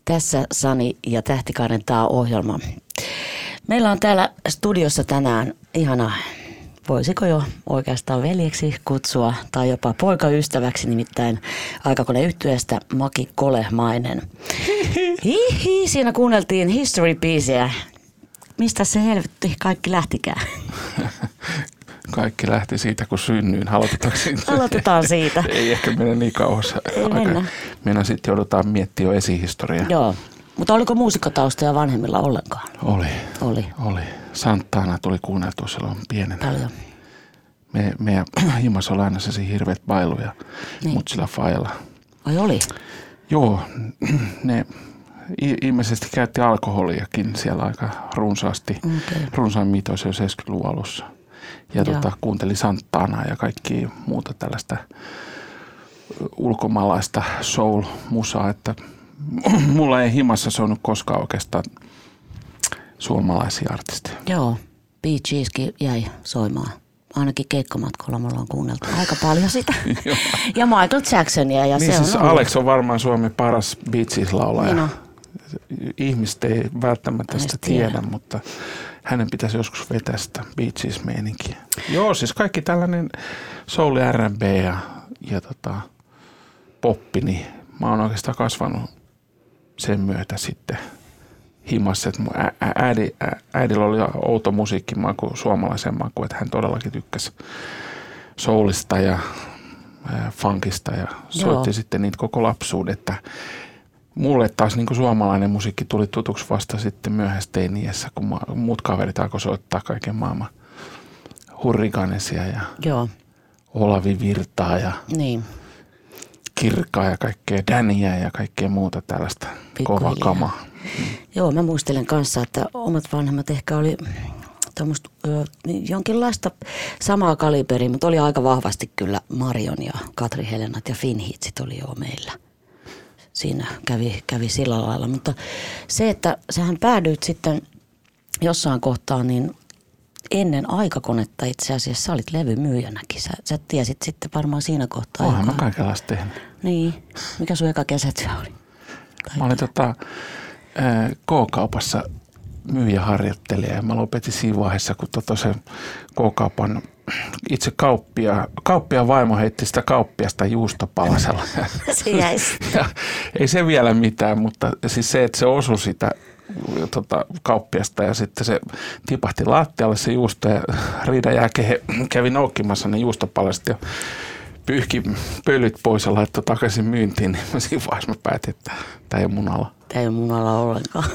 Tässä Sani ja Tähtikaaren ohjelma. Meillä on täällä studiossa tänään ihana, voisiko jo oikeastaan veljeksi kutsua tai jopa poikaystäväksi, nimittäin Aikakoneyhtyeestä Maki Kolehmainen. Hihi, siinä kuunneltiin History-biisiä. Mistä se helvetti kaikki lähtikään? Kaikki lähti siitä, kun synnyin. Aloitetaan siitä. Ei ehkä mene niin kauas. Ei mennä. Meidän sitten joudutaan miettimään jo esihistoriaa. Joo. Mutta oliko muusikkotaustoja vanhemmilla ollenkaan? Oli. Santana tuli kuunneltua silloin pienenä. Paljon. Meidän himassa oli aina sellaisia hirveät bailuja, niin. Mutta sillä failla. Ai oli? Joo, ne ilmeisesti käytti alkoholiakin siellä aika runsaasti. Okay. Runsaan mitoisia 70-luvun alussa. Ja kuunteli Santanaa ja kaikkia muuta tällaista ulkomaalaista soul-musaa, että mulla ei himassa soinut koskaan oikeastaan suomalaisia artisteja. Joo, Bee Geeskin jäi soimaan. Ainakin keikkamatkolla mulla on kuunneltu aika paljon sitä. Ja Michael Jacksonia. Ja niin se siis on Alex on varmaan Suomen paras Bee Gees-laulaja. Niin Ihmiset ei välttämättä sitä tiedä, mutta hänen pitäisi joskus vetää sitä Bee Gees-meininkiä. Joo, siis kaikki tällainen soul, R&B ja poppi, niin mä oon oikeastaan kasvanut sen myötä sitten himassa, että mun äidillä oli outo musiikkimaku, suomalaisen maku, että hän todellakin tykkäsi soulista ja funkista ja soitti sitten niitä koko lapsuuden, että mulle taas niin kuin suomalainen musiikki tuli tutuksi vasta sitten myöhäisteiniässä, kun muut kaverit alkoi soittaa kaiken maailman Hurricanesia ja Olavi Virtaa ja Kirkkaa ja kaikkea Däniä ja kaikkea muuta tällaista kovaa kamaa. Joo, mä muistelen kanssa, että omat vanhemmat ehkä oli tuommoista jonkinlaista samaa kaliberia, mutta oli aika vahvasti kyllä Marion ja Katri Helenat ja Finhitsit oli jo meillä. Siinä kävi sillä lailla, mutta se, että sähän päädyit sitten jossain kohtaa niin ennen Aikakonetta itse asiassa sä olit levymyyjänäkin. Sä tiesit sitten varmaan siinä kohtaa. Oonhan mä kaikenlaista tehnyt. Niin. Mikä sun eka kesätyö oli? Mä olin K-kaupassa myyjäharjoittelija ja mä lopetin siinä vaiheessa, kun se K-kaupan itse kauppiaan vaimo heitti sitä kauppiasta juustopalasella. Se jäisi. Ei se vielä mitään, mutta siis se, että se osui sitä kauppiasta ja sitten se tipahti lattialle se juusto ja Riida Jääke kävi noukkimassa ne juustopalaset ja pyyhki pölyt pois ja laittoi takaisin myyntiin, niin siinä vaiheessa mä päätin, että tämä ei ole mun ala. Tämä ei ole mun ala ollenkaan.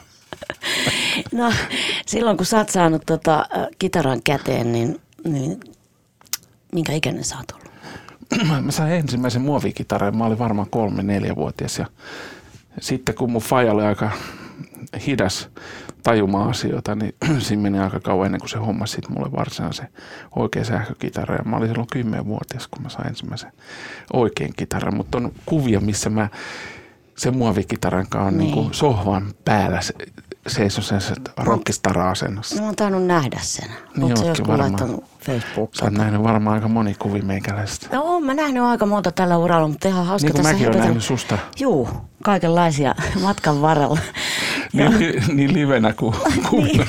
No silloin kun sä oot saanut kitaran käteen, niin minkä ikäinen sä oot ollut? Mä sain ensimmäisen muovikitaran, mä olin varmaan 3-4-vuotias ja sitten kun mun faija oli aika hidas tajumaan asioita, niin siinä meni aika kauan ennen kuin se hommasi sit mulle varsinaisen oikean sähkökitaran. Ja mä olin silloin 10-vuotias, kun mä sain ensimmäisen oikean kitaran, mutta on kuvia, missä mä sen muovikitaran kanssa niin sohvan päällä seison sen rockistara-asennossa. No mä oon tainnut nähdä sen. Niin ootko sä joskus laittanut Facebookiin? Sä oot nähnyt varmaan aika moni kuvi meikäläistä. No oon mä nähnyt aika monta tällä uralla, mutta ihan hauska niin tässä mäkin oon nähnyt susta. Juu, kaikenlaisia matkan varrella. Niin livenä kuin kuvina.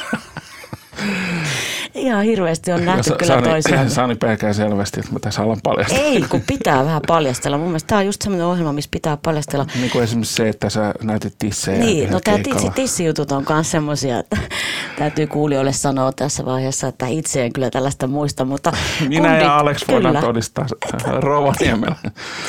Ihan hirveästi on nähty kyllä toisiaan. Sani pelkää selvästi, että mä tässä alan paljastella. Ei, kun pitää vähän paljastella. Mun mielestä tämä on just sellainen ohjelma, missä pitää paljastella. Niin kuin esimerkiksi se, että sä näytit tissejä. Niin, no tämä tissijutut on myös semmoisia, että täytyy kuulijoille sanoa tässä vaiheessa, että itse en kyllä tällaista muista, mutta minä ja Alex voidaan todistaa Rovaniemellä.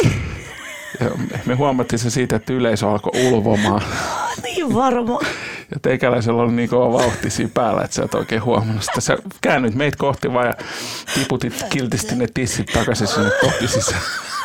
Me huomattiin se siitä, että yleisö alkoi ulvomaan. Niin varmaan. Ja teikäläisellä oli niin kova vauhti siinä päällä, että sä et oikein huomannut sitä. Sä käännyt meitä kohti vaan ja tiputit kiltisti ne tissit takaisin sinne tohti sisään.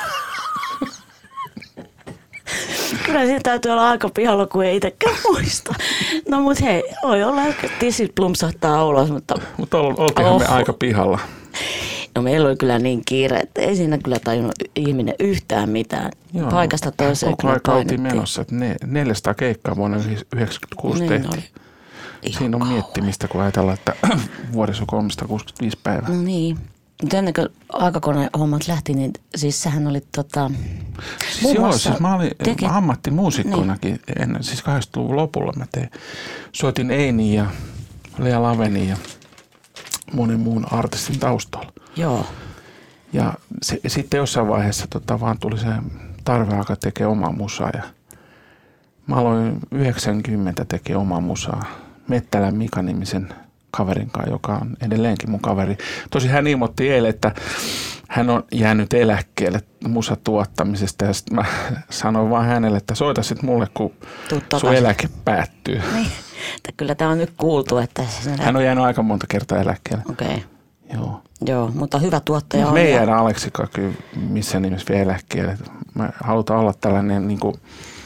Kyllä siinä täytyy olla aika pihalla, kun ei itsekään muista. No mut hei, voi olla, että tissit plumpsahtaa ulos, mutta oltiinhan me aika pihalla. No meillä oli kyllä niin kiire, että ei siinä kyllä tajunnut ihminen yhtään mitään. Joo, paikasta toiseen kyllä painettiin. Koko aika oltiin menossa, että 400 keikkaa vuonna 1996 niin tehtiin. Siinä on miettimistä, kun ajatellaan, että vuodessa on 365 päivää. No niin. Mutta ennen kuin aikakonehommat lähti, niin siis sähän oli siis mä olin ammattimuusikkonakin ennen, siis 80-luvun lopulla mä soitin Einin ja Lea Lavenin ja monen muun artistin taustalla. Joo. Ja sitten jossain vaiheessa vaan tuli se tarve alkaa tekee omaa musaa ja mä aloin 90 tekee omaa musaa Mettälän Mika-nimisen kaverin kanssa, joka on edelleenkin mun kaveri. Tosi hän ilmoitti eilen, että hän on jäänyt eläkkeelle musatuottamisesta ja sitten mä sanoin vaan hänelle, että soita sitten mulle, kun sun eläke päättyy. Niin, kyllä tämä on nyt kuultu, että... Hän on jäänyt aika monta kertaa eläkkeelle. Okei. Okay. Joo, mutta hyvä tuottaja on. Me ei jäädä Aleksikaan kyllä missään nimessä vielä eläkkeelle. Me halutaan olla tällainen niin kuin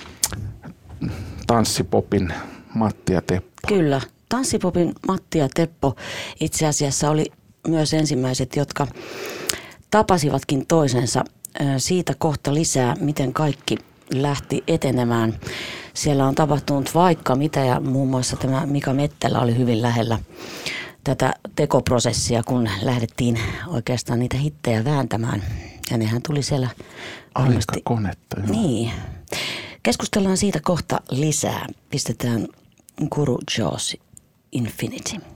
tanssipopin Matti ja Teppo. Kyllä. Tanssipopin Matti ja Teppo itse asiassa oli myös ensimmäiset, jotka tapasivatkin toisensa. Siitä kohta lisää, miten kaikki lähti etenemään. Siellä on tapahtunut vaikka mitä ja muun muassa tämä Mika Mettälä oli hyvin lähellä tätä tekoprosessia, kun lähdettiin oikeastaan niitä hittejä vääntämään. Ja nehän tuli siellä Aikakonetta. Niin. Keskustellaan siitä kohta lisää. Pistetään Guru Jaws Infinity.